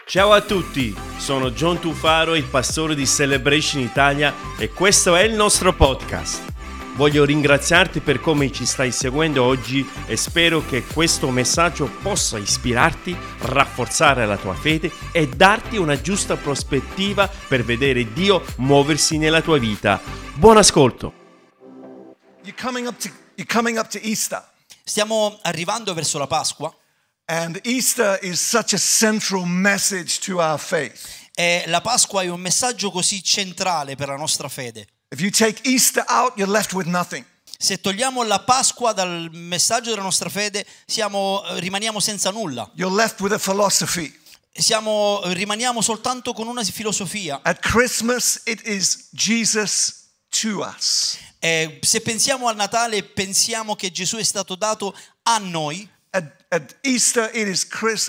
Ciao a tutti, sono John Tufaro, il pastore di Celebration Italia e questo è il nostro podcast. Voglio ringraziarti per come ci stai seguendo oggi e spero che questo messaggio possa ispirarti, rafforzare la tua fede e darti una giusta prospettiva per vedere Dio muoversi nella tua vita. Buon ascolto! You're coming up to Easter. Stiamo arrivando verso la Pasqua And Easter is such a central message to our faith. e la Pasqua è un messaggio così centrale per la nostra fede. If you take Easter out, you're left with nothing. Se togliamo la Pasqua dal messaggio della nostra fede, rimaniamo senza nulla. You're left with a philosophy. Rimaniamo soltanto con una filosofia. At Christmas, it is Jesus to us. Se pensiamo al Natale, pensiamo che Gesù è stato dato a noi. At Easter, it is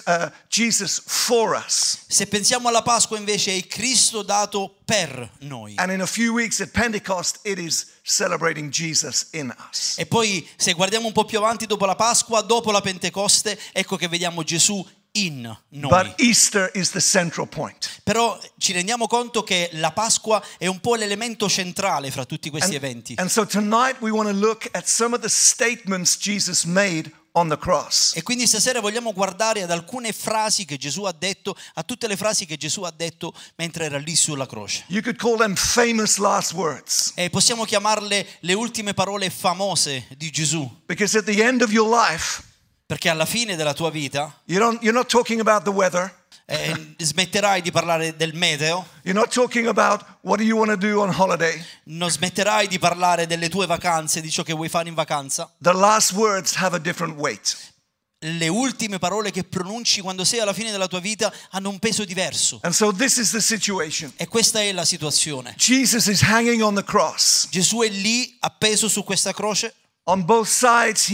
Jesus for us. Se pensiamo alla Pasqua, invece, è Cristo dato per noi. And in a few weeks at Pentecost, it is celebrating Jesus in us. E poi, se guardiamo un po' più avanti dopo la Pasqua, dopo la Pentecoste, ecco che vediamo Gesù in noi. But Easter is the central point. Però ci rendiamo conto che la Pasqua è un po' l'elemento centrale fra tutti questi eventi. And so tonight we want to look at some of the statements Jesus made on the cross. E quindi stasera vogliamo guardare ad alcune frasi che Gesù ha detto, a tutte le frasi che Gesù ha detto mentre era lì sulla croce. You could call them famous last words. E possiamo chiamarle le ultime parole famose di Gesù, Because at the end of your life, perché alla fine della tua vita you're not talking about the weather. smetterai di parlare del meteo, You're not talking about what do you want to do on holiday. non smetterai di parlare delle tue vacanze, di ciò che vuoi fare in vacanza. The last words have a different weight. Le ultime parole che pronunci quando sei alla fine della tua vita hanno un peso diverso. And so this is the situation. E questa è la situazione. Jesus is hanging on the cross. Gesù è lì appeso su questa croce On both sides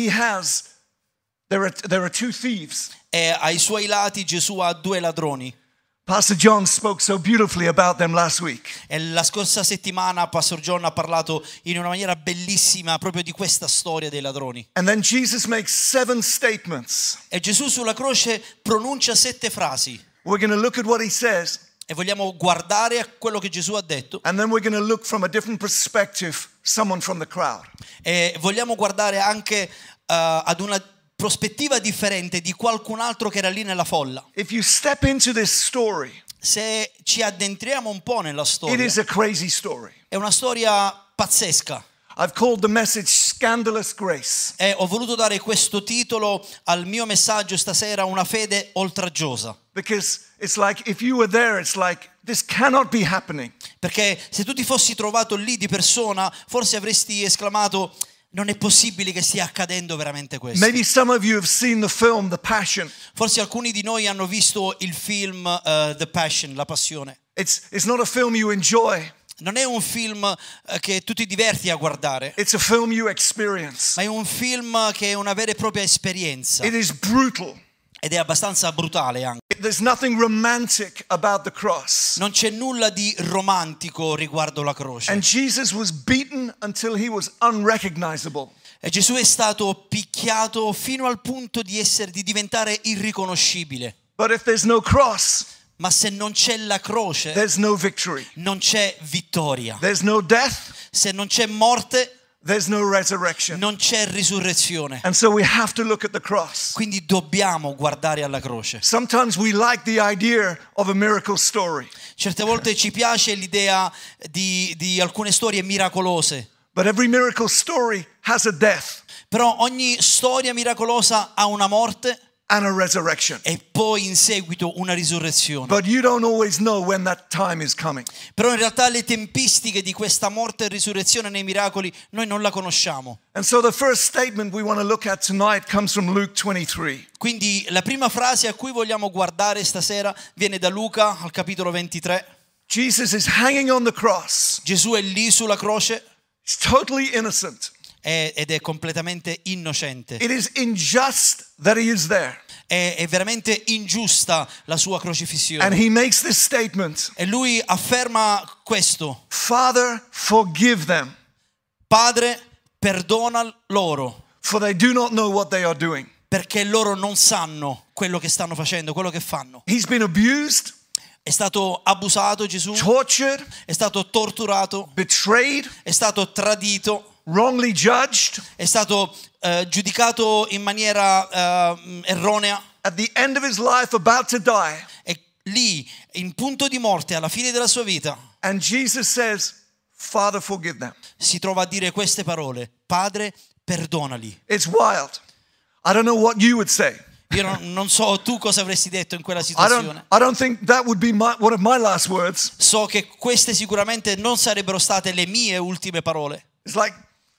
there are two thieves. e ai suoi lati Gesù ha due ladroni. Pastor John spoke so beautifully about them last week. E la scorsa settimana Pastor John ha parlato in una maniera bellissima proprio di questa storia dei ladroni. And then Jesus makes 7 statements. E Gesù sulla croce pronuncia 7 frasi. We're going to look at what he says. E vogliamo guardare a quello che Gesù ha detto. And then we're going to look from a different perspective, someone from the crowd. E vogliamo guardare anche ad una prospettiva differente di qualcun altro che era lì nella folla. If you step into this story, Se ci addentriamo un po' nella it storia, is a crazy story. è una storia pazzesca. I've called the message Scandalous Grace. E ho voluto dare questo titolo al mio messaggio stasera, una fede oltraggiosa. Because it's like if you were there, it's like this cannot be happening. Perché se tu ti fossi trovato lì di persona, forse avresti esclamato: non è possibile che stia accadendo veramente questo. Maybe some of you have seen the film The Passion. Forse alcuni di noi hanno visto il film The Passion, La Passione. It's not a film you enjoy. Non è un film che tu ti diverti a guardare, It's a film you experience. ma è un film che è una vera e propria esperienza. It is brutal. Ed è abbastanza brutale anche. There's nothing romantic about the cross. Non c'è nulla di romantico riguardo la croce. And Jesus was beaten until he was unrecognizable. E Gesù è stato picchiato fino al punto di diventare irriconoscibile. But if there's no cross, Ma se non c'è la croce, there's no victory. non c'è vittoria. There's no death, Se non c'è morte, there's no resurrection. non c'è risurrezione. And so we have to look at the cross. Quindi dobbiamo guardare alla croce. Sometimes we like the idea of a miracle story. Certe volte ci piace l'idea di alcune storie miracolose, But every miracle story has a death però ogni storia miracolosa ha una morte and a resurrection. e poi in seguito una risurrezione. But you don't always know when that time is coming. Però in realtà le tempistiche di questa morte e risurrezione nei miracoli noi non la conosciamo. And so the first statement we want to look at tonight comes from Luke 23. Quindi la prima frase a cui vogliamo guardare stasera viene da Luca al capitolo 23. Jesus is hanging on the cross. Gesù è lì sulla croce He's totally innocent. ed è completamente innocente. It is unjust that he is there. È veramente ingiusta la sua And crocifissione. he makes this statement: E lui afferma questo: Father, forgive them, Padre, perdona loro, for they do not know what they are doing. perché loro non sanno quello che stanno facendo, quello che fanno. He's been abused, È stato abusato Gesù, tortured, è stato torturato, betrayed, è stato tradito, wrongly judged. è stato giudicato in maniera erronea. At the end of his life, about to die. E lì, in punto di morte, alla fine della sua vita, And Jesus says, Father, forgive them. si trova a dire queste parole: Padre, perdonali. It's wild. I don't know what you would say. Io non so tu cosa avresti detto in quella situazione. I don't think that would be one of my last words. So che queste sicuramente non sarebbero state le mie ultime parole. It's like,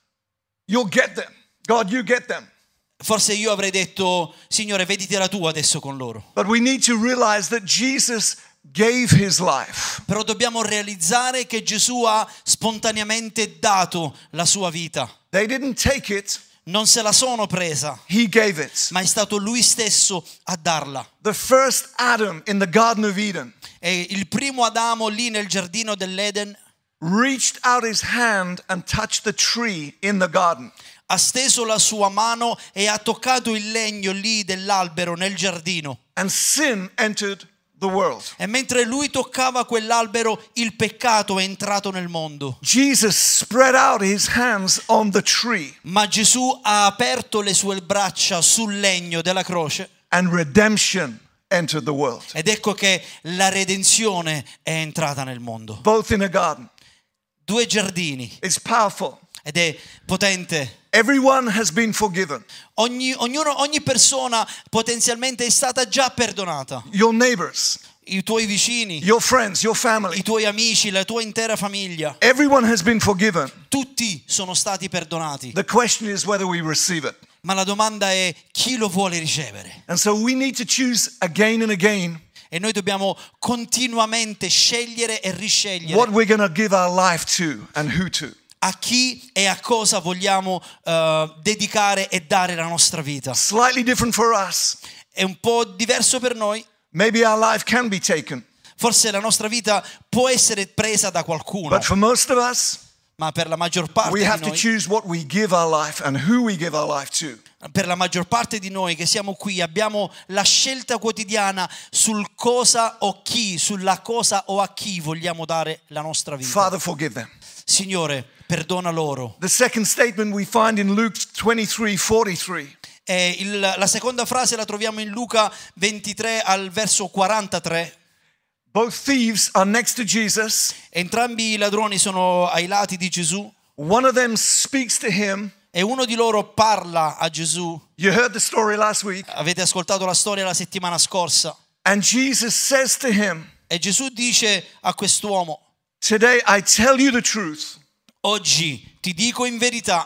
you'll get them. God, you get them. Forse io avrei detto: Signore, veditela tu adesso con loro. But we need to realize that Jesus gave his life. Però dobbiamo realizzare che Gesù ha spontaneamente dato la sua vita. They didn't take it, Non se la sono presa, he gave it. ma è stato lui stesso a darla. The first Adam in the Garden of Eden E il primo Adamo lì nel giardino dell'Eden reached out his hand and touched the tree in the garden. ha steso la sua mano e ha toccato il legno lì dell'albero nel giardino. And sin entered the world. E mentre lui toccava quell'albero, il peccato è entrato nel mondo. Jesus spread out his hands on the tree Ma Gesù ha aperto le sue braccia sul legno della croce. and redemption entered the world. Ed ecco che la redenzione è entrata nel mondo. Both in a garden. 2 giardini. It's powerful. Ed è potente. Everyone has been forgiven. Ogni persona potenzialmente è stata già perdonata. Your neighbors, I tuoi vicini, your friends, your i family. tuoi amici, la tua intera famiglia. Everyone has been forgiven. Tutti sono stati perdonati. The question is whether we receive it. Ma la domanda è: chi lo vuole ricevere? And so we need to choose again and again E noi dobbiamo continuamente scegliere e riscegliere what we're going to give our life to and who to. a chi e a cosa vogliamo dedicare e dare la nostra vita. Slightly different for us. È un po' diverso per noi. Maybe our life can be taken. Forse la nostra vita può essere presa da qualcuno, But for most of us, ma per la maggior parte we di have to noi, choose what we give our life and who we give our life to. per la maggior parte di noi che siamo qui, abbiamo la scelta quotidiana sul cosa o chi, sulla cosa o a chi vogliamo dare la nostra vita. Father, forgive them. Signore, perdona loro. The second statement we find in Luke 23:43. E la seconda frase la troviamo in Luca 23 al verso 43. Both thieves are next to Jesus. Entrambi i ladroni sono ai lati di Gesù One of them speaks to him. e uno di loro parla a Gesù. You heard the story last week. Avete ascoltato la storia la settimana scorsa. And Jesus says to him, E Gesù dice a quest'uomo: today I tell you the truth. oggi ti dico in verità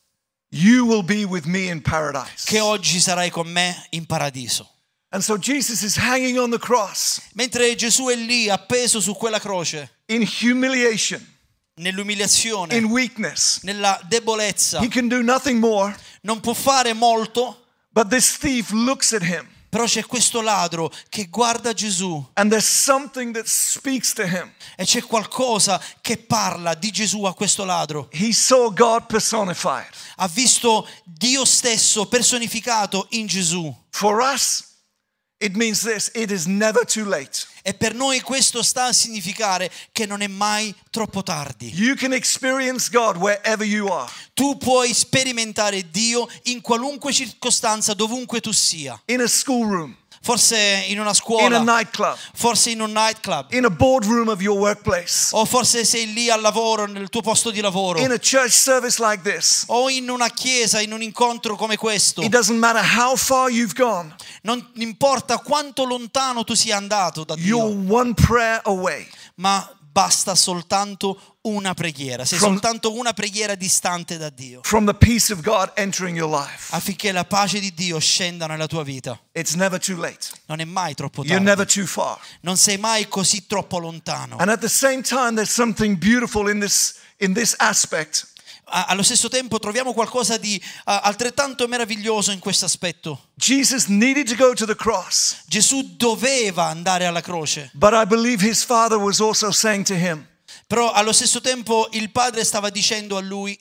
You will be with me in paradise. che oggi sarai con me in paradiso. And so Jesus is hanging on the cross Mentre Gesù è lì appeso su quella croce, in humiliation, nell'umiliazione, in weakness. nella debolezza, He can do nothing more, non può fare molto, but this thief looks at him però c'è questo ladro che guarda Gesù and there's something that speaks to him. e c'è qualcosa che parla di Gesù a questo ladro. He saw God personified. Ha visto Dio stesso personificato in Gesù. For us, it means this: it is never too late. E per noi questo sta a significare che non è mai troppo tardi. You can experience God wherever you are. Tu puoi sperimentare Dio in qualunque circostanza, dovunque tu sia. In a schoolroom, Forse in una in a scuola, nightclub, forse in un nightclub, in a boardroom of your workplace, o forse sei lì al lavoro, nel tuo posto di lavoro, in a church service like this. o in una chiesa, in un incontro come questo. It doesn't matter how far you've gone. Non importa quanto lontano tu sia andato da You're Dio, one prayer away ma basta soltanto una preghiera. Sei soltanto una preghiera distante da Dio, from the peace of God entering your life. affinché la pace di Dio scenda nella tua vita. It's never too late. Non è mai troppo You're tardi. never too far. Non sei mai così troppo lontano. And at the same time, there's something beautiful in this aspect. Allo stesso tempo troviamo qualcosa di altrettanto meraviglioso in questo aspetto. Jesus needed to go to the cross, Gesù doveva andare alla croce, but I believe his Father was also saying to him, però allo stesso tempo il Padre stava dicendo a lui: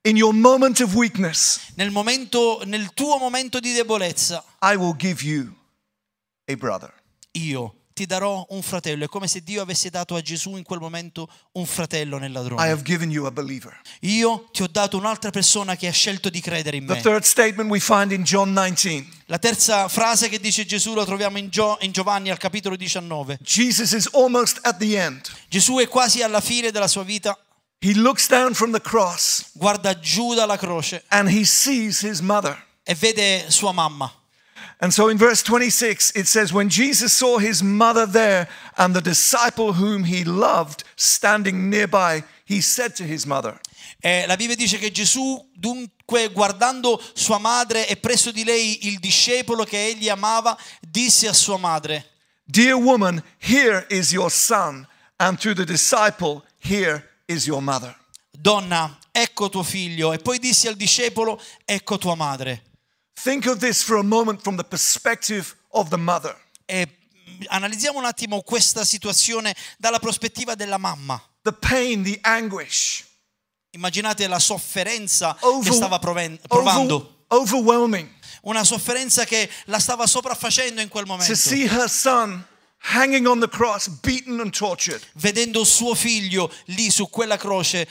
in your moment of weakness, nel tuo momento di debolezza, I will give you a brother. io ti darò un fratello. È come se Dio avesse dato a Gesù in quel momento un fratello nel I ladrone. have given you a believer. Io ti ho dato un'altra persona che ha scelto di credere in The me. third statement we find in John 19. La terza frase che dice Gesù la troviamo in Giovanni al capitolo 19. Jesus is almost at the end. Gesù è quasi alla fine della sua vita, He looks down from the cross guarda giù dalla croce and he sees his mother. e vede sua mamma. And so in verse 26, it says, when Jesus saw his mother there and the disciple whom he loved standing nearby, he said to his mother. La Bibbia dice che Gesù, dunque, guardando sua madre e presso di lei il discepolo che egli amava, disse a sua madre: Dear woman, here is your son, and to the disciple, here is your mother. Donna, ecco tuo figlio. E poi disse al discepolo: ecco tua madre. Think of this for a moment from the perspective of the mother. E analizziamo un attimo questa situazione dalla prospettiva della mamma. The pain, the anguish, Immaginate la sofferenza che stava provando. overwhelming. Una sofferenza che la stava sopraffacendo in quel To momento. see her son hanging on the cross, beaten and tortured. Vedendo suo figlio lì su quella croce,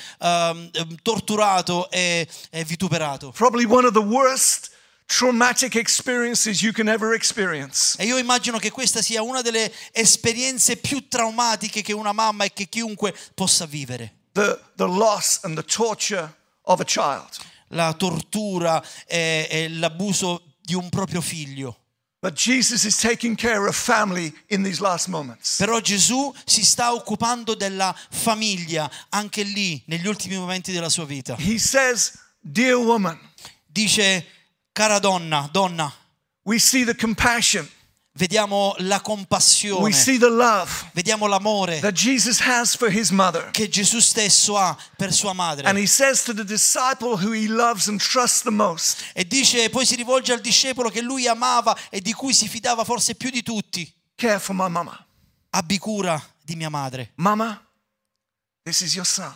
torturato e vituperato. Probably one of the worst traumatic experiences you can ever experience. E io immagino che questa sia una delle esperienze più traumatiche che una mamma e che chiunque possa vivere. The loss and the torture of a child. La tortura e l'abuso di un proprio figlio. But Jesus is taking care of family in these last moments. Però Gesù si sta occupando della famiglia anche lì, negli ultimi momenti della sua vita. He says, dear woman, Dice: cara donna, we see the compassion, vediamo la we compassione, see the love vediamo l'amore that Jesus has for his mother. che Gesù stesso ha per sua madre. And he says to the disciple who he loves and trusts the most, E dice, poi si rivolge al discepolo che lui amava e di cui si fidava forse più di tutti: care for my mama. abbi cura di mia madre. Mama, this is your son.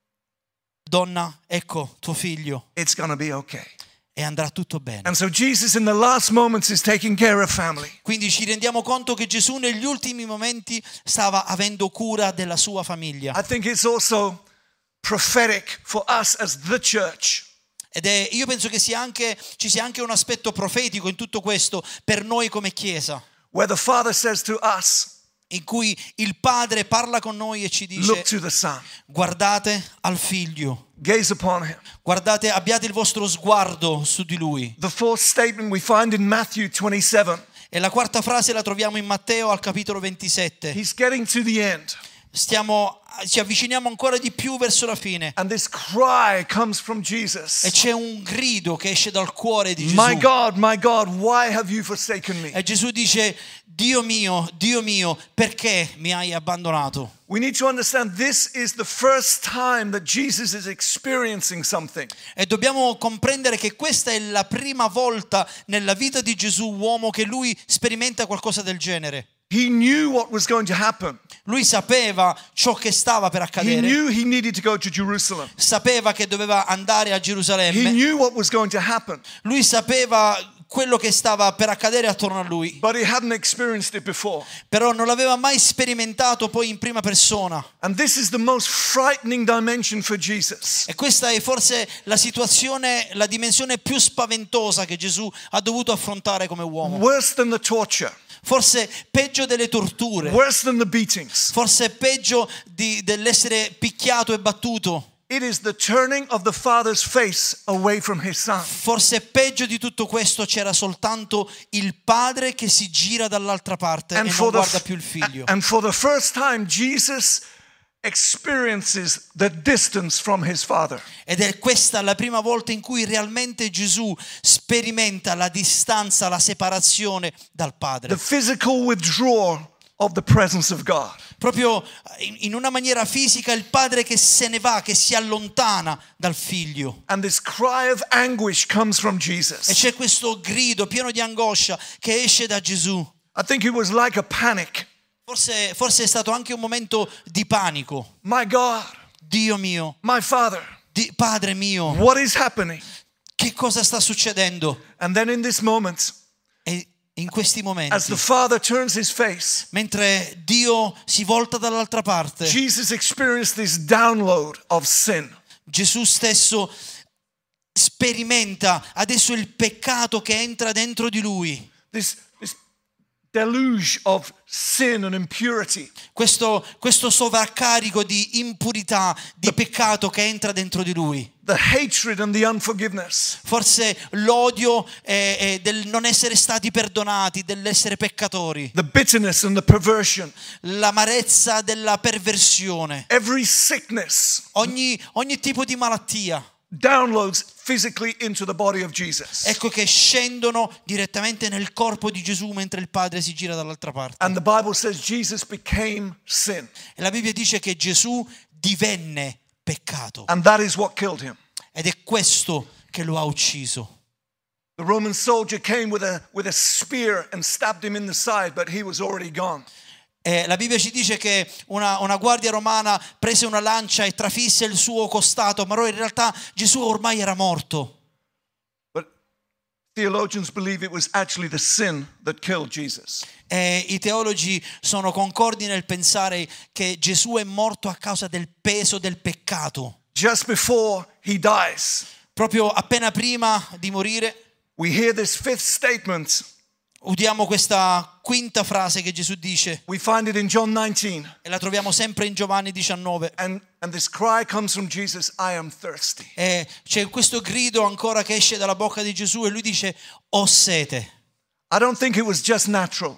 Donna, ecco tuo figlio, It's going to be okay. e andrà tutto bene. And so Jesus in the last moments is taking care of family. Quindi ci rendiamo conto che Gesù negli ultimi momenti stava avendo cura della sua famiglia. I think it's also prophetic for us as the church. Io penso che ci sia anche un aspetto profetico in tutto questo per noi come Chiesa, Where the Father says to us, in cui il Padre parla con noi e ci look dice: to the Son, guardate al figlio, gaze upon him. guardate, abbiate il vostro sguardo su di lui. The fourth statement we find in Matthew 27. E la quarta frase la troviamo in Matteo al capitolo 27. He's getting to the end. Ci avviciniamo ancora di più verso la fine And this cry comes from Jesus. e c'è un grido che esce dal cuore di Gesù. My God, why have you forsaken me? E Gesù dice: Dio mio, perché mi hai abbandonato? We need to understand this is the first time that Jesus is experiencing something. E dobbiamo comprendere che questa è la prima volta nella vita di Gesù uomo che lui sperimenta qualcosa del genere. He knew what was going to happen. Lui sapeva ciò che stava per He accadere. knew he needed to go to Jerusalem. Sapeva che doveva andare a He Gerusalemme. knew what was going to happen, Lui sapeva quello che stava per accadere attorno a lui, but he hadn't experienced it before. però non l'aveva mai sperimentato poi in prima persona. And this is the most frightening dimension for Jesus. E questa è forse la situazione, la dimensione più spaventosa che Gesù ha dovuto affrontare come uomo. Worse than the torture, Forse peggio delle torture, worse than the beatings. forse peggio dell'essere picchiato e battuto. It is the turning of the Father's face away from his Son. Forse peggio di tutto questo c'era soltanto il padre che si gira dall'altra parte e non guarda più il figlio. And for the first time, Jesus experiences the distance from his Father. Ed è questa la prima volta in cui realmente Gesù sperimenta la distanza, la separazione dal Padre. The physical withdrawal of the presence of God. Proprio in una maniera fisica il padre che se ne va, che si allontana dal figlio. And this cry of anguish comes from E Jesus. c'è questo grido pieno di angoscia che esce da Gesù. I think it was like a panic. Forse è stato anche un momento di panico. My God, Dio mio, my Father, Padre mio, what is happening? che cosa sta succedendo? And then in this moment, E in questi as momenti, the Father turns his face, mentre Dio si volta dall'altra parte, Jesus experienced this download of sin. Gesù stesso sperimenta adesso il peccato che entra dentro di lui. This deluge of sin and impurity. Questo sovraccarico di impurità, di peccato che entra dentro di lui. The hatred and the unforgiveness. Forse l'odio del non essere stati perdonati, dell'essere peccatori. The bitterness and the perversion. L'amarezza della perversione. Every sickness Ogni tipo di malattia. downloads physically into the body of Jesus. Ecco che scendono direttamente nel corpo di Gesù mentre il Padre si gira dall'altra parte. And the Bible says Jesus became sin. E la Bibbia dice che Gesù divenne peccato. And that is what killed him. Ed è questo che lo ha ucciso. The Roman soldier came with a spear and stabbed him in the side, but he was already gone. La Bibbia ci dice che una guardia romana prese una lancia e trafisse il suo costato, ma in realtà Gesù ormai era morto. But theologians believe it was actually the sin that killed Jesus. E i teologi sono concordi nel pensare che Gesù è morto a causa del peso del peccato. Just before he dies, Proprio appena prima di morire, we hear this fifth statement. udiamo questa quinta frase che Gesù dice, We find it in John 19. e la troviamo sempre in Giovanni 19. And this cry comes from Jesus, I am thirsty. E c'è questo grido ancora che esce dalla bocca di Gesù e lui dice, ho sete. I don't think it was just natural.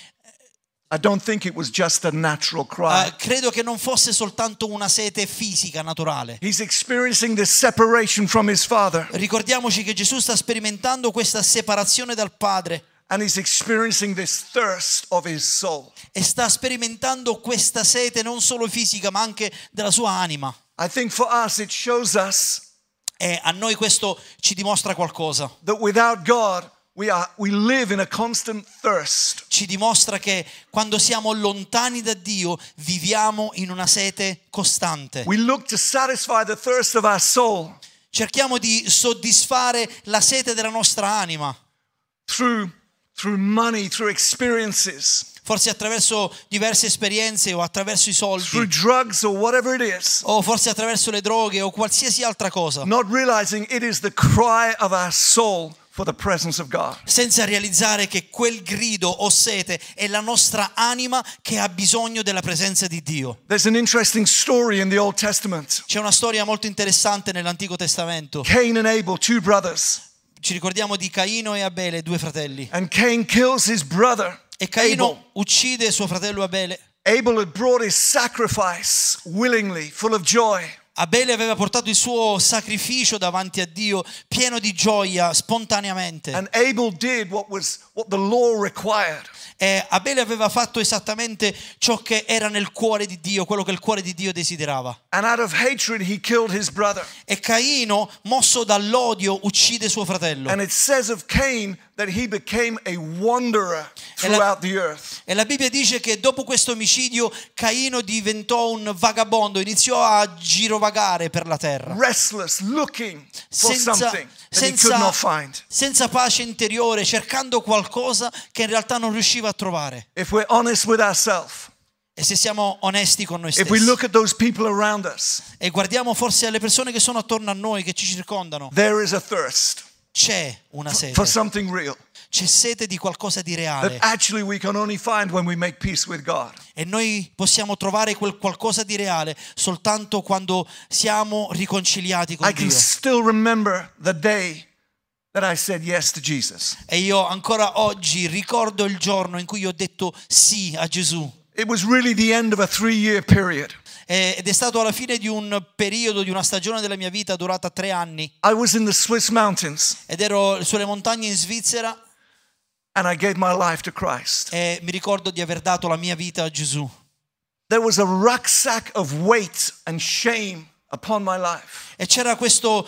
I don't think it was just a natural cry. Credo che non fosse soltanto una sete fisica, naturale. He's experiencing this separation from his Father. Ricordiamoci che Gesù sta sperimentando questa separazione dal Padre And he's experiencing this thirst of his soul. e sta sperimentando questa sete non solo fisica ma anche della sua anima. I think for us it shows us E a noi questo ci dimostra qualcosa. that without God we live in a constant thirst. Ci dimostra che quando siamo lontani da Dio viviamo in una sete costante. We look to satisfy the thirst of our soul Cerchiamo di soddisfare la sete della nostra anima, through money, through experiences, forse attraverso diverse esperienze o attraverso i through soldi drugs or whatever it is, o forse attraverso le droghe o qualsiasi altra cosa, not realizing it is the cry of our soul for the presence of God. senza realizzare che quel grido o sete è la nostra anima che ha bisogno della presenza di Dio. There's an interesting story in the Old Testament. C'è una storia molto interessante nell'Antico Testamento. Cain and Abel, two brothers. Ci ricordiamo di Caino e Abele, due fratelli. And Cain kills his brother. E Caino Abel. uccide suo fratello Abele. Abel had brought his sacrifice willingly, full of joy. Abele aveva portato il suo sacrificio davanti a Dio pieno di gioia, spontaneamente. And Abel did what the law required. E Abele aveva fatto esattamente ciò che era nel cuore di Dio, quello che il cuore di Dio desiderava. And out of hatred he killed his brother. E Caino, mosso dall'odio, uccide suo fratello. And it says of Cain that he became a wanderer throughout the earth. E la Bibbia dice che dopo questo omicidio Caino diventò un vagabondo, iniziò a girovagare per la terra. Restless, looking for something that he could not find. senza pace interiore, cercando qualcosa che in realtà non riusciva a trovare. If we're honest with ourselves, E se siamo onesti con noi if we stessi look at those people around us, e guardiamo forse alle persone che sono attorno a noi, che ci circondano, there is a thirst c'è una sete. for something real C'è sete di qualcosa di that reale. actually we can only find when we make peace with God. E noi possiamo trovare quel qualcosa di reale soltanto quando siamo riconciliati con I can Dio. still remember the day that I said yes to Jesus. E io ancora oggi ricordo il giorno in cui ho detto sì a Gesù. It was really the end of a 3-year period. Ed è stato alla fine di un periodo, di una stagione della mia vita durata 3 anni. I was in the Swiss mountains Ed ero sulle montagne in Svizzera and I gave my life to Christ. e mi ricordo di aver dato la mia vita a Gesù. There was a rucksack of weight and shame upon my life. E c'era questo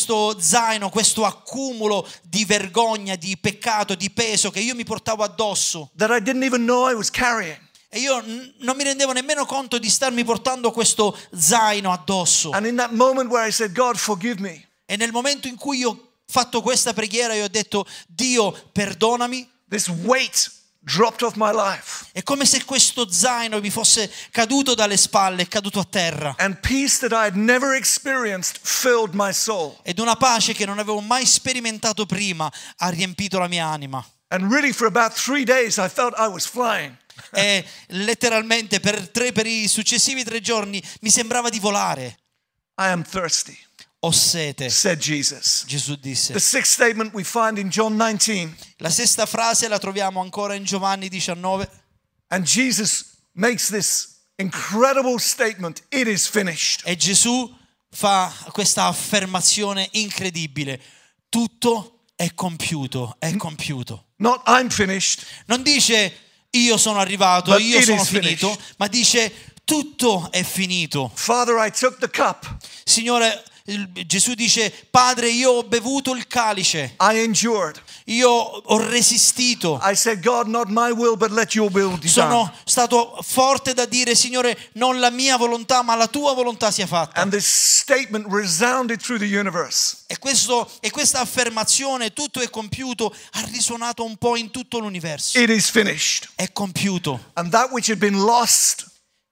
zaino, questo accumulo di vergogna, di peccato, di peso che io mi portavo addosso. That I didn't even know I was carrying. E io non mi rendevo nemmeno conto di starmi portando questo zaino addosso. And in that moment where I said, God, forgive me, E nel momento in cui io ho fatto questa preghiera, io ho detto, Dio, perdonami. this weight dropped off my life. È come se questo zaino mi fosse caduto dalle spalle, è caduto a terra. And peace that I had never experienced filled my soul. Ed una pace che non avevo mai sperimentato prima ha riempito la mia anima. And really for about 3 days I felt I was flying. E letteralmente per i successivi 3 giorni mi sembrava di volare. I am thirsty, Ho sete, said Jesus. Gesù disse. The sixth statement we find in John 19. La sesta frase la troviamo ancora in Giovanni 19. And Jesus makes this incredible statement, it is finished. E Gesù fa questa affermazione incredibile. Tutto è compiuto, è compiuto. Not I'm finished, Non dice io sono arrivato, But io it sono is finito, finished. ma dice tutto è finito. Father, I took the cup, Signore, Gesù dice, Padre, io ho bevuto il calice, I endured. io ho resistito. I said, God, not my will, but let your will be done. Sono stato forte da dire, Signore, non la mia volontà, ma la tua volontà sia fatta. And this statement resounded through the universe. E questa affermazione, tutto è compiuto, ha risuonato un po' in tutto l'universo. It is finished. È compiuto. And that which had been lost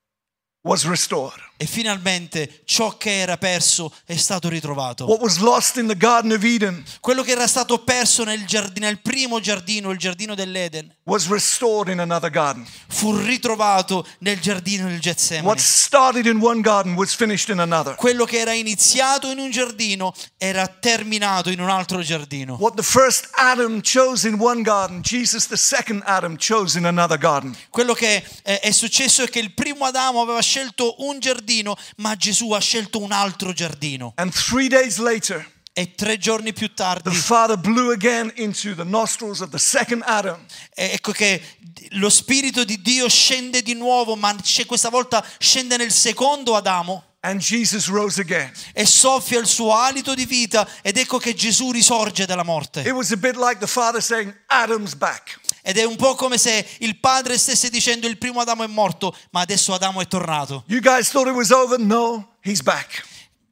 was restored. E finalmente ciò che era perso è stato ritrovato. What was lost in the Garden of Eden Quello che era stato perso nel primo giardino, il giardino dell'Eden, was restored in another garden. fu ritrovato nel giardino del Getsemani. What started in one garden was finished in another. Quello che era iniziato in un giardino era terminato in un altro giardino. What the first Adam chose in one garden, Jesus, the second Adam, chose in another garden. Quello che è successo è che il primo Adamo aveva scelto un giardino, ma Gesù ha scelto un altro giardino. And 3 days later, E 3 giorni più tardi, the Father blew again into the nostrils of the second Adam. ecco che lo Spirito di Dio scende di nuovo, ma questa volta scende nel secondo Adamo And Jesus rose again. e soffia il suo alito di vita, ed ecco che Gesù risorge dalla morte. It was a bit like the Father saying, Adam's back. Ed è un po' come se il padre stesse dicendo, il primo Adamo è morto, ma adesso Adamo è tornato. You guys thought it was over? No, he's back.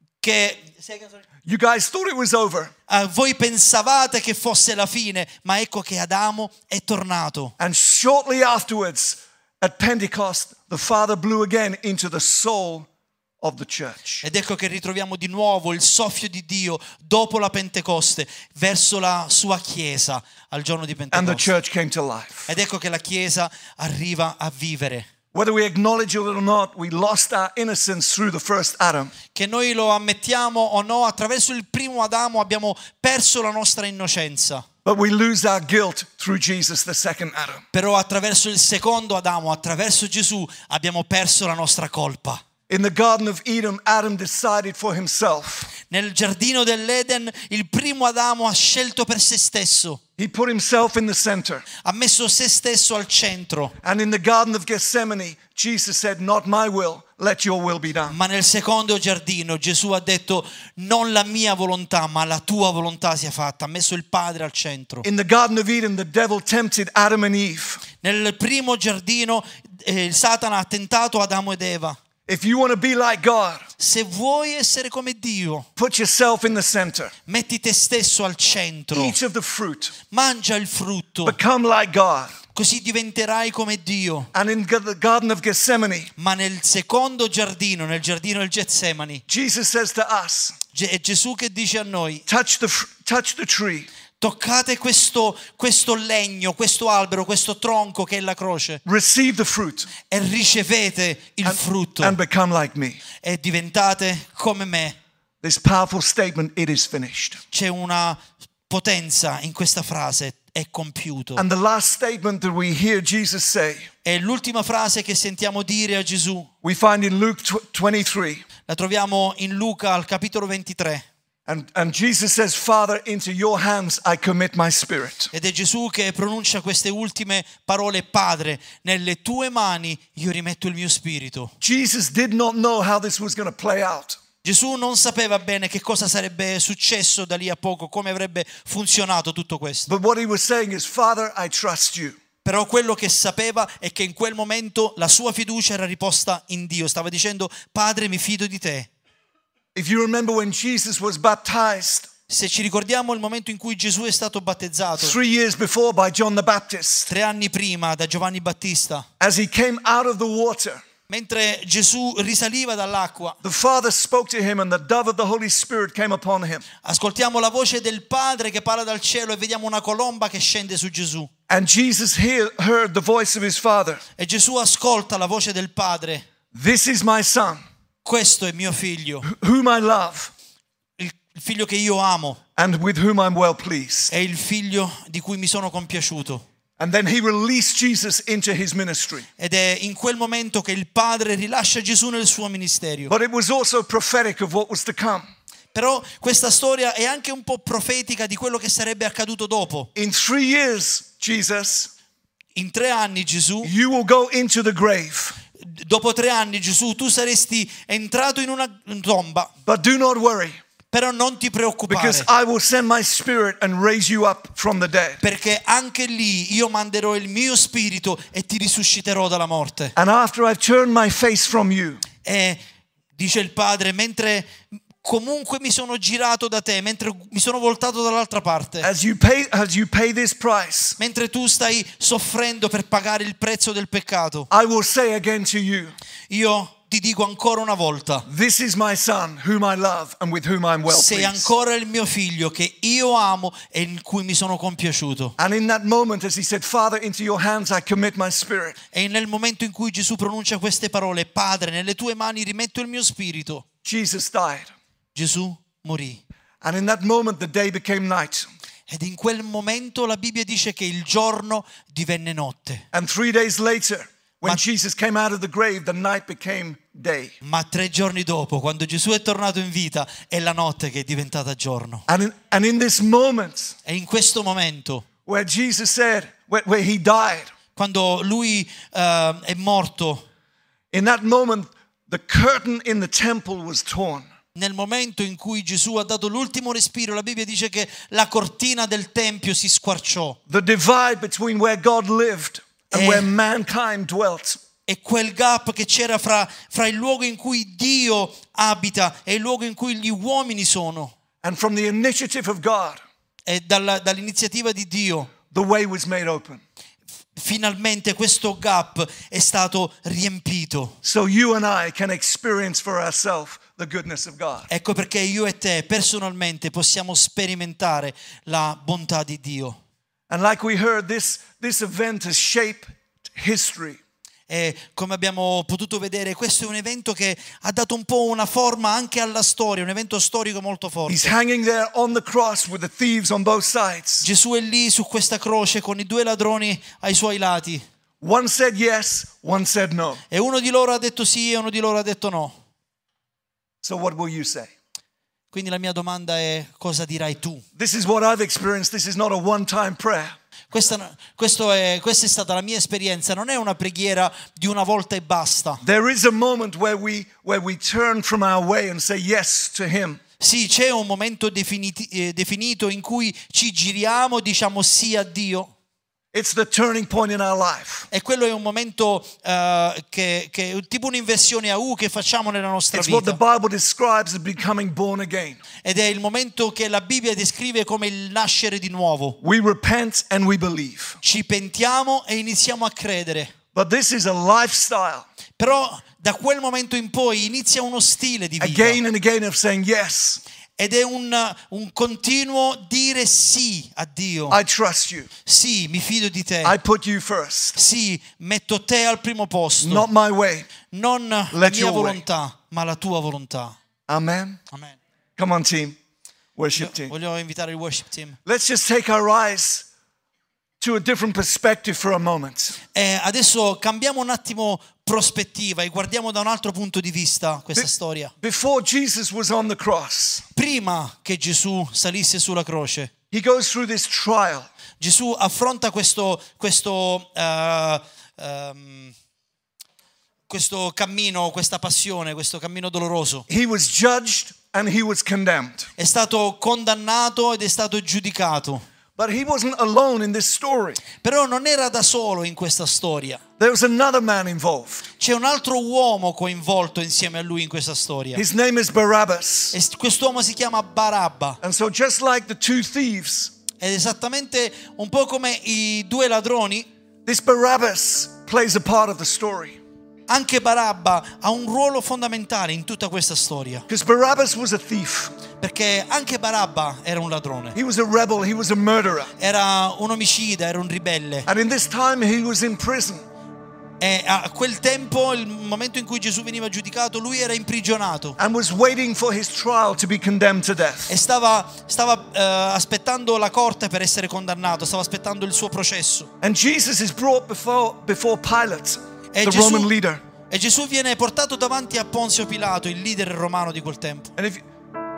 You guys thought it was over. Voi pensavate che fosse la fine, ma ecco che Adamo è tornato. And shortly afterwards, at Pentecost, the Father blew again into the soul of the church. Ed ecco che ritroviamo di nuovo il soffio di Dio dopo la Pentecoste verso la sua Chiesa al giorno di And the Pentecoste. church came to life. Ed ecco che la Chiesa arriva a vivere. Whether we acknowledge it or not, we lost our innocence through the first Adam. Che noi lo ammettiamo o no, attraverso il primo Adamo abbiamo perso la nostra innocenza. But we lose our guilt through Jesus, the second Adam. Però attraverso il secondo Adamo, attraverso Gesù, abbiamo perso la nostra colpa. In the Garden of Eden, Adam decided for himself. Nel giardino dell'Eden il primo Adamo ha scelto per se stesso, He put himself in the center. ha messo se stesso al centro. And in the Garden of Gethsemane, Jesus said, not my will, let your will be done. Ma nel secondo giardino Gesù ha detto, non la mia volontà ma la tua volontà sia fatta, ha messo il Padre al centro. In the Garden of Eden, the devil tempted Adam and Eve. Nel primo giardino Satana ha tentato Adamo ed Eva. If you want to be like God, Se vuoi essere come Dio, put yourself in the center. metti te stesso al centro, Eat of the fruit. mangia il frutto, Become like God. così diventerai come Dio. And in the Garden of Gethsemane, Ma nel secondo giardino, nel giardino del Getsemani, Jesus says to us, è Gesù che dice a noi, touch the tree. toccate questo legno, questo albero, questo tronco che è la croce Receive the fruit e ricevete il frutto and become like me. e diventate come me. This powerful statement, it is finished. C'è una potenza in questa frase, è compiuto. And the last statement that we hear Jesus say, E l'ultima frase che sentiamo dire a Gesù, we find in Luke 23. la troviamo in Luca al capitolo 23. And Jesus says, Father, into your hands I commit my spirit. Ed è Gesù che pronuncia queste ultime parole: Padre, nelle tue mani io rimetto il mio spirito. Jesus did not know how this was going to play out. Gesù non sapeva bene che cosa sarebbe successo da lì a poco, come avrebbe funzionato tutto questo. But what he was saying is, Father, I trust you. Però quello che sapeva è che in quel momento la sua fiducia era riposta in Dio. Stava dicendo: Padre, mi fido di te. If you remember when Jesus was baptized Se ci ricordiamo il momento in cui Gesù è stato battezzato, 3 years before by John the Baptist, 3 anni prima da Giovanni Battista, as he came out of the water, mentre Gesù risaliva dall'acqua, the Father spoke to him and the dove of the Holy Spirit came upon him. ascoltiamo la voce del Padre che parla dal cielo e vediamo una colomba che scende su Gesù. And Jesus heard the voice of his Father. E Gesù ascolta la voce del Padre. This is my Son, Questo è mio figlio, whom I love, il figlio che io amo, and with whom I'm well pleased. è il figlio di cui mi sono compiaciuto. And then he released Jesus into his ministry. Ed è in quel momento che il Padre rilascia Gesù nel suo ministero. But it was also prophetic of what was to come. Però questa storia è anche un po' profetica di quello che sarebbe accaduto dopo. In 3 years, Jesus, In 3 anni Gesù, you will go into the grave. dopo 3 anni Gesù, tu saresti entrato in una tomba, But do not worry, però non ti preoccupare, because I will send my spirit and raise you up from the dead. perché anche lì io manderò il mio spirito e ti risusciterò dalla morte. And after I've turned my face from you, E dice il Padre, mentre comunque mi sono girato da te, mentre mi sono voltato dall'altra parte, as you pay this price, mentre tu stai soffrendo per pagare il prezzo del peccato, I will say again to you, io ti dico ancora una volta: this is my Son, whom I love and with whom I'm well sei pleased. ancora il mio figlio che io amo e in cui mi sono compiaciuto. And in that moment, as he said, Father, into your hands I commit my spirit, E nel momento in cui Gesù pronuncia queste parole: Padre, nelle tue mani rimetto il mio spirito, Jesus died. Gesù morì. And in that moment, the day became night. Ed in quel momento la Bibbia dice che il giorno divenne notte. And 3 days later, when Ma- Jesus came out of the grave, the night became day. Ma 3 giorni dopo, quando Gesù è tornato in vita, è la notte che è diventata giorno. And in this moment E in questo momento, where Jesus said, where he died, quando lui è morto, in that moment, the curtain in the temple was torn. nel momento in cui Gesù ha dato l'ultimo respiro, la Bibbia dice che la cortina del Tempio si squarciò. The divide between where God lived and Eh. where mankind dwelt. E quel gap che c'era fra il luogo in cui Dio abita e il luogo in cui gli uomini sono. And from the initiative of God, E dall'iniziativa di Dio, the way was made open. finalmente questo gap è stato riempito. So you and I can experience for ourselves the goodness of God. Ecco perché io e te personalmente possiamo sperimentare la bontà di Dio. And like we heard, this event has shaped history. E come abbiamo potuto vedere, questo è un evento che ha dato un po' una forma anche alla storia, un evento storico molto He's forte. hanging there on the cross with the thieves on both sides. Gesù è lì su questa croce con i 2 ladroni ai suoi lati. One said yes, one said no. E uno di loro ha detto sì e uno di loro ha detto no. So what will you say? Quindi la mia domanda è: cosa dirai tu? This is what I've experienced. This is not a one-time prayer. Questa è stata la mia esperienza, non è una preghiera di una volta e basta. There is a moment where we turn from our way and say yes to him. Sì, c'è un momento definito in cui ci giriamo, diciamo sì a Dio. It's the turning point in our life. E quello è un momento che è tipo un'inversione a U che facciamo nella nostra It's what the vita. Bible describes as becoming born again. Ed è il momento che la Bibbia descrive come il nascere di nuovo. We repent and we believe. Ci pentiamo e iniziamo a credere. But this is a lifestyle, Però da quel momento in poi inizia uno stile di vita. again and again, of saying yes, Ed è un continuo dire sì a Dio. I trust you. Sì, mi fido di te. I put you first. Sì, metto te al primo posto. Not my way. Non la Let mia your way. volontà, ma la tua volontà. Amen. Amen. Come on, team. Worship team. Voglio invitare il worship team. Let's just take our eyes to a different perspective for a moment. E adesso cambiamo un attimo prospettiva e guardiamo da un altro punto di vista questa storia. Before Jesus was on the cross, Prima che Gesù salisse sulla croce, he goes through this trial. Gesù affronta questo cammino, questa passione, questo cammino doloroso. He was judged and he was condemned. È stato condannato ed è stato giudicato. But he wasn't alone in this story. Però non era da solo in questa storia. There was another man involved. C'è un altro uomo coinvolto insieme a lui in questa storia. His name is Barabbas. E quest'uomo si chiama Barabba. And so just like the two thieves, Ed esattamente un po' come i due ladroni, this Barabbas plays a part of the story. anche Barabba ha un ruolo fondamentale in tutta questa storia. Because Barabbas was a thief. Perché anche Barabba era un ladrone. He was a rebel. He was a murderer. Era un omicida, era un ribelle. And in this time he was in prison. E a quel tempo, il momento in cui Gesù veniva giudicato, lui era imprigionato And was waiting for his trial to be condemned to death. e stava aspettando la corte per essere condannato, stava aspettando il suo processo. And Jesus is brought before Pilate, E the Roman leader. Gesù viene portato davanti a Ponzio Pilato, il leader romano di quel tempo. And if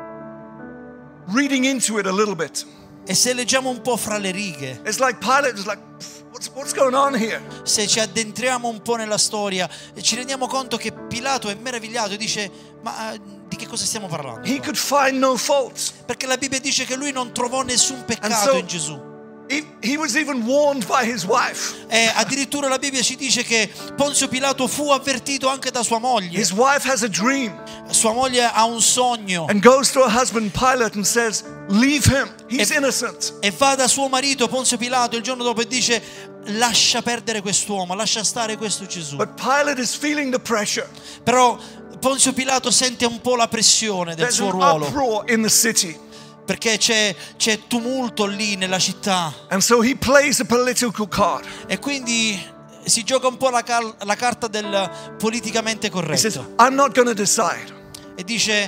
reading into it a little bit, E se leggiamo un po' fra le righe, it's like Pilate was like, what's going on here? se ci addentriamo un po' nella storia, ci rendiamo conto che Pilato è meravigliato e dice: ma di che cosa stiamo parlando? He could find no fault. Perché la Bibbia dice che lui non trovò nessun And peccato so in Gesù. he was even warned by his wife. E addirittura la Bibbia ci dice che Ponzio Pilato fu avvertito anche da sua moglie. His wife has a dream Sua moglie ha un sogno and goes to her husband Pilate and says, leave him. He's E- innocent. e va da suo marito Ponzio Pilato il giorno dopo e dice: lascia perdere quest'uomo, lascia stare questo Gesù. But Pilate is feeling the pressure. Però Ponzio Pilato sente un po' la pressione del There's suo an ruolo, uproar in the city. perché c'è tumulto lì nella città, And so he plays a political card. e quindi si gioca un po' la carta del politicamente He says, corretto I'm not going to decide. e dice: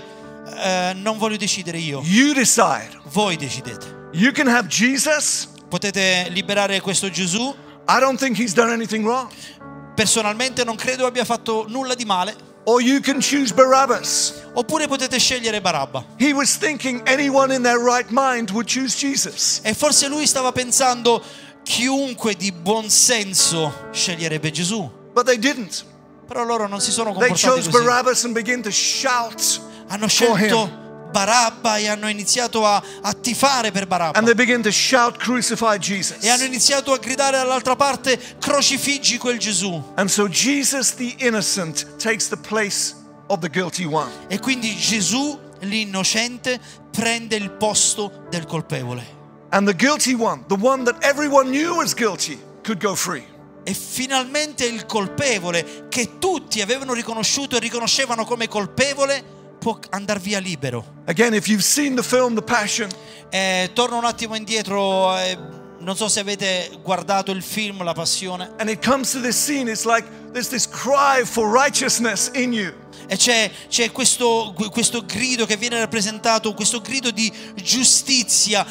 non voglio decidere io, You decide. voi decidete. You can have Jesus. Potete liberare questo Gesù. I don't think he's done anything wrong. Personalmente non credo abbia fatto nulla di male. Or you can choose Barabbas. Oppure potete scegliere Barabba. He was thinking anyone in their right mind would choose Jesus. E forse lui stava pensando: chiunque di buon senso sceglierebbe Gesù. But they didn't. Però loro non si sono They comportati chose così. Barabbas and began to shout Hanno for scelto him. Barabba e hanno iniziato a tifare per Barabba. And they began to shout, crucify Jesus. E hanno iniziato a gridare dall'altra parte: crocifiggi quel Gesù. And so Jesus, the innocent, takes the place of the guilty one. E quindi Gesù, l'innocente, prende il posto del colpevole. And the guilty one, the one that everyone knew was guilty, could go free. E finalmente il colpevole, che tutti avevano riconosciuto e riconoscevano come colpevole, può andare via libero. Again, if you've seen the film The Passion, Torno un attimo indietro, non so se avete guardato il film La Passione, and it comes to this scene, it's like there's this cry for righteousness in you. e c'è questo grido che viene rappresentato, questo grido di giustizia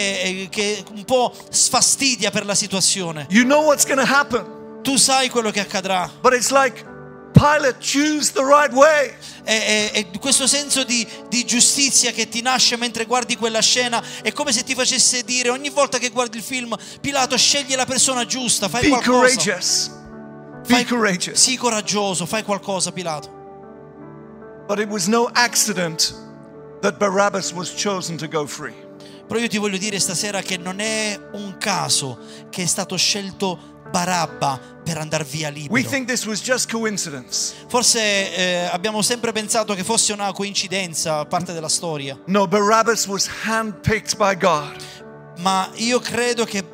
che un po' sfastidia per la situazione. You know what's going to happen, Tu sai quello che accadrà. but it's like, Pilate, choose the right way. E questo senso di giustizia che ti nasce mentre guardi quella scena è come se ti facesse dire ogni volta che guardi il film: Pilato, scegli la persona giusta, fai Be qualcosa. courageous. Be courageous. Sii coraggioso, fai qualcosa, Pilato. But it was no accident that Barabbas was chosen to go free. Però io ti voglio dire stasera che non è un caso che è stato scelto Barabba per andare via We libero. think this was just coincidence. Forse abbiamo sempre pensato che fosse una coincidenza, parte della storia. No, Barabbas was handpicked by God. Ma io credo che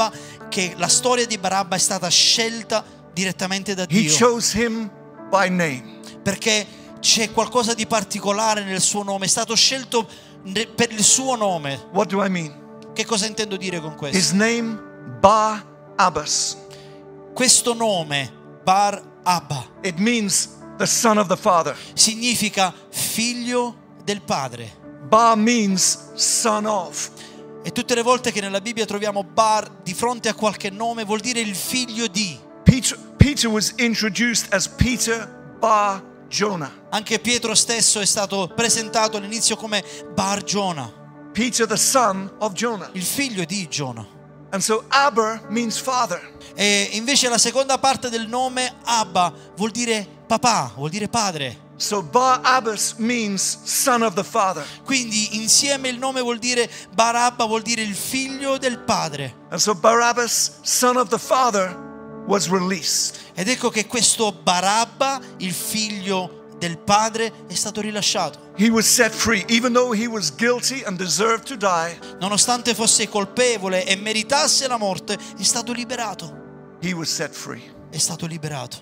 la storia di Barabba è stata scelta direttamente da He Dio, chose him by name. perché c'è qualcosa di particolare nel suo nome, è stato scelto per il suo nome. What do I mean? Che cosa intendo dire con questo? His name, Barabbas. Questo nome, Bar Abba, It means the son of the father. significa figlio del padre. Bar means son of. E tutte le volte che nella Bibbia troviamo Bar di fronte a qualche nome vuol dire il figlio di. Peter was introduced as Peter Bar Jonah. Anche Pietro stesso è stato presentato all'inizio come Bar Giona, Peter, the son of Jonah. il figlio di Giona. And so Abba means father. E invece la seconda parte del nome Abba vuol dire papà, vuol dire padre. So Barabbas means son of the Father. Quindi insieme il nome vuol dire Barabba, vuol dire il figlio del padre. And so Barabbas, son of the Father, was released. Ed ecco che questo Barabba, il figlio del padre, è stato rilasciato. He was set free, even though he was guilty and deserved to die. Nonostante fosse colpevole e meritasse la morte, è stato liberato. He was set free. È stato liberato.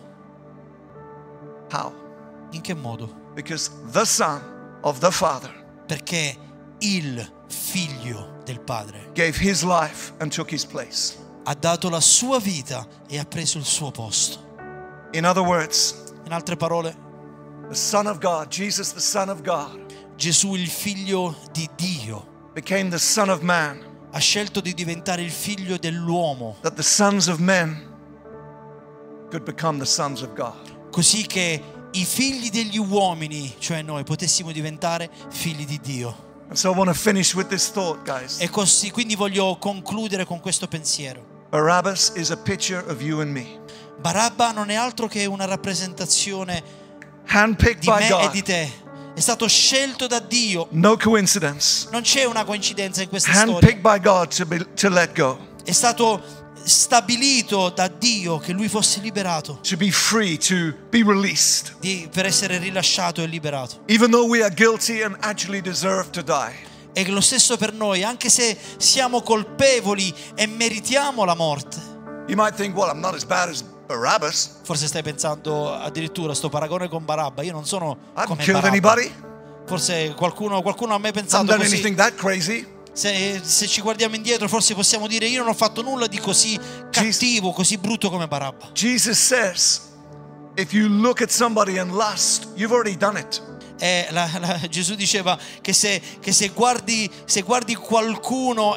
How? In che modo? Because the Son of the Father Perché il figlio del padre gave his life and took his place. ha dato la sua vita e ha preso il suo posto. In other words, In altre parole, the Son of God, Jesus, the Son of God, Gesù, il figlio di Dio, became the Son of Man, ha scelto di diventare il figlio dell'uomo, that the sons of men could become the sons of God. così che i figli degli uomini, cioè noi, potessimo diventare figli di Dio. And so I want to finish with this thought, guys. E così, quindi voglio concludere con questo pensiero. Barabbas is a picture of you and me. Barabba non è altro che una rappresentazione Handpicked di by me e God. di te. È stato scelto da Dio. No coincidence. Non c'è una coincidenza in questa storia. Handpicked by God to let go. È stato stabilito da Dio che lui fosse liberato, To be free, to be released. per essere rilasciato e liberato. Even though we are guilty and actually deserve to die. E lo stesso per noi, anche se siamo colpevoli e meritiamo la morte. You might think, well, I'm not as bad as Barabbas. Forse stai pensando addirittura sto paragone con Barabba. Io non sono I haven't come killed Barabba. anybody. Forse qualcuno ha mai I haven't pensato done così. anything that crazy. Se ci guardiamo indietro, forse possiamo dire: io non ho fatto nulla di così cattivo, così brutto come Barabba. Jesus says, if you look at somebody and lust, you've already done it. Gesù diceva che se guardi qualcuno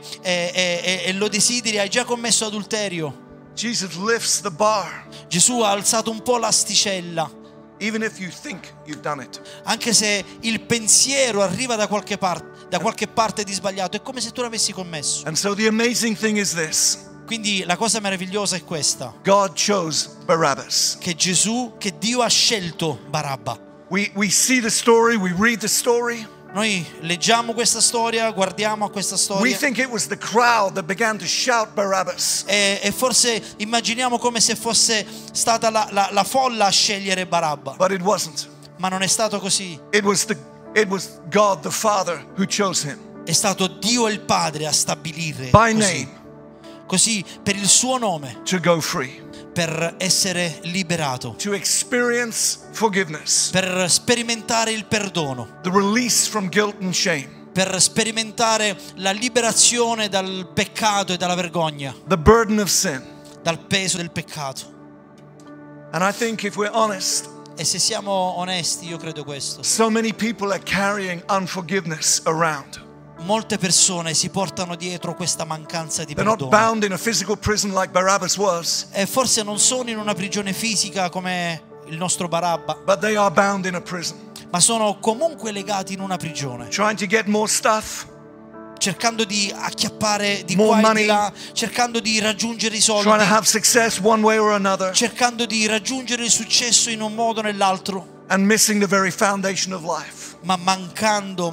e lo desideri, hai già commesso adulterio. Jesus lifts the bar, Gesù ha alzato un po' l'asticella, even if you think you've done it. anche se il pensiero arriva da qualche parte di sbagliato, è come se tu l'avessi commesso. And so the amazing thing is this: Quindi la cosa meravigliosa è questa, God chose Barabbas. che Dio ha scelto Barabba. We see the story, we read the story. Noi leggiamo questa storia, guardiamo a questa We storia think it was the crowd that began to shout Barabbas. e forse immaginiamo come se fosse stata la folla a scegliere Barabba, But it wasn't. ma non è stato così. It was God the Father who chose him È stato Dio il Padre a stabilire by così, name così per il suo nome, to go free, per essere liberato, to experience forgiveness, per sperimentare il perdono, the release from guilt and shame, per sperimentare la liberazione dal peccato e dalla vergogna, the burden of sin. dal peso del peccato. And I think if we're honest, E se siamo onesti, io credo questo. so many people are carrying unforgiveness around. Molte persone si portano dietro questa mancanza di They're not perdono. bound in a physical prison like Barabbas was, E forse non sono in una prigione fisica come il nostro Barabba, but they are bound in a prison, ma sono comunque legati in una prigione, trying to get more stuff, cercando di acchiappare di More qua e money. di là, cercando di raggiungere i soldi, trying to have success one way or another, cercando di raggiungere il successo in un modo o nell'altro, and missing the very foundation of life. ma mancando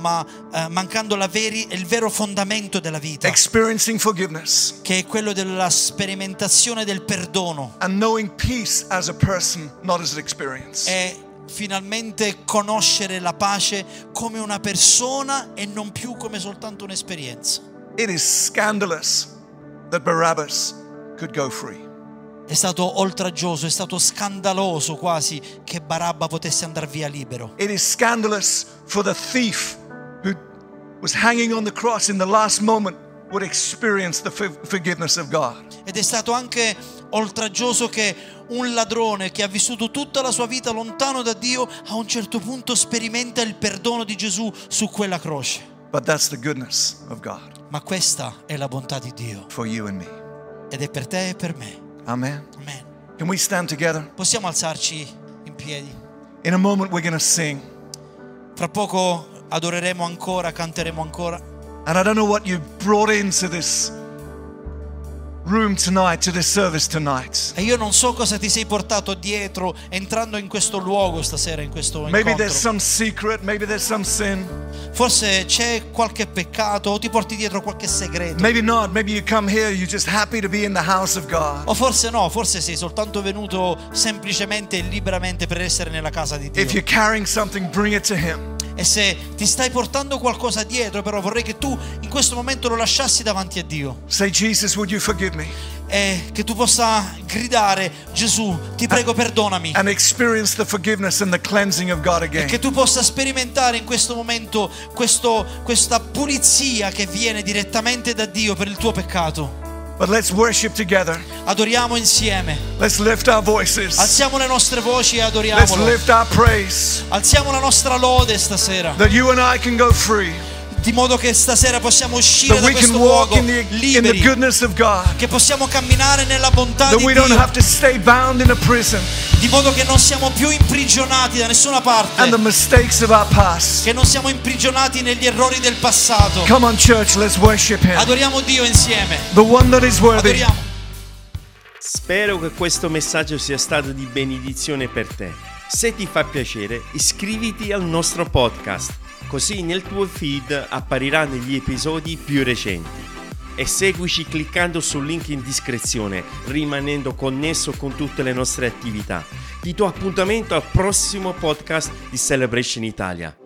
il vero fondamento della vita, Experiencing forgiveness che è quello della sperimentazione del perdono and knowing peace as a person, not as an experience. e finalmente conoscere la pace come una persona e non più come soltanto un'esperienza. It is scandalous that Barabbas could go free. È stato oltraggioso, è stato scandaloso quasi che Barabba potesse andare via libero. It is scandalous for the thief who was hanging on the cross in the last moment would experience the forgiveness of God. Ed è stato anche oltraggioso che un ladrone che ha vissuto tutta la sua vita lontano da Dio a un certo punto sperimenta il perdono di Gesù su quella croce. But that's the goodness of God Ma questa è la bontà di Dio for you and me. ed è per te e per me. Amen. Amen. Can we stand together? Possiamo alzarci in piedi? In a moment we're going to sing. Fra poco adoreremo ancora, canteremo ancora. And I don't know what you brought into room tonight, to this service tonight. E io non so cosa ti sei portato dietro entrando in questo luogo stasera, in questo Maybe there's incontro. some secret, maybe there's some sin. Forse c'è qualche peccato o ti porti dietro qualche segreto. Maybe not. Maybe you come here, you're just happy to be in the house of God. O forse no, forse sei soltanto venuto semplicemente e liberamente per essere nella casa di Dio. If you're carrying something, bring it to Him. E se ti stai portando qualcosa dietro, però vorrei che tu in questo momento lo lasciassi davanti a Dio. Say, Jesus, would you forgive me? E che tu possa gridare: Gesù, ti prego, perdonami. And experience the forgiveness and the cleansing of God E again. che tu possa sperimentare in questo momento questa pulizia che viene direttamente da Dio per il tuo peccato. But let's worship together. Adoriamo insieme. Let's lift our voices. Alziamo le nostre voci e Let's adoriamolo. lift our praise Alziamo la nostra lode stasera, that you and I can go free. di modo che stasera possiamo uscire That da we can questo walk luogo in the liberi, goodness of God. che possiamo camminare nella bontà That di we don't Dio, have to stay bound in a prison di modo che non siamo più imprigionati da nessuna and the parte, mistakes of our past. che non siamo imprigionati negli errori del passato. Come on, church, let's worship Him. Adoriamo Dio insieme. The one that is worthy. Adoriamo. Spero che questo messaggio sia stato di benedizione per te. Se ti fa piacere, iscriviti al nostro podcast, così nel tuo feed appariranno gli episodi più recenti. E seguici cliccando sul link in descrizione, rimanendo connesso con tutte le nostre attività. Ti do appuntamento al prossimo podcast di Celebration Italia.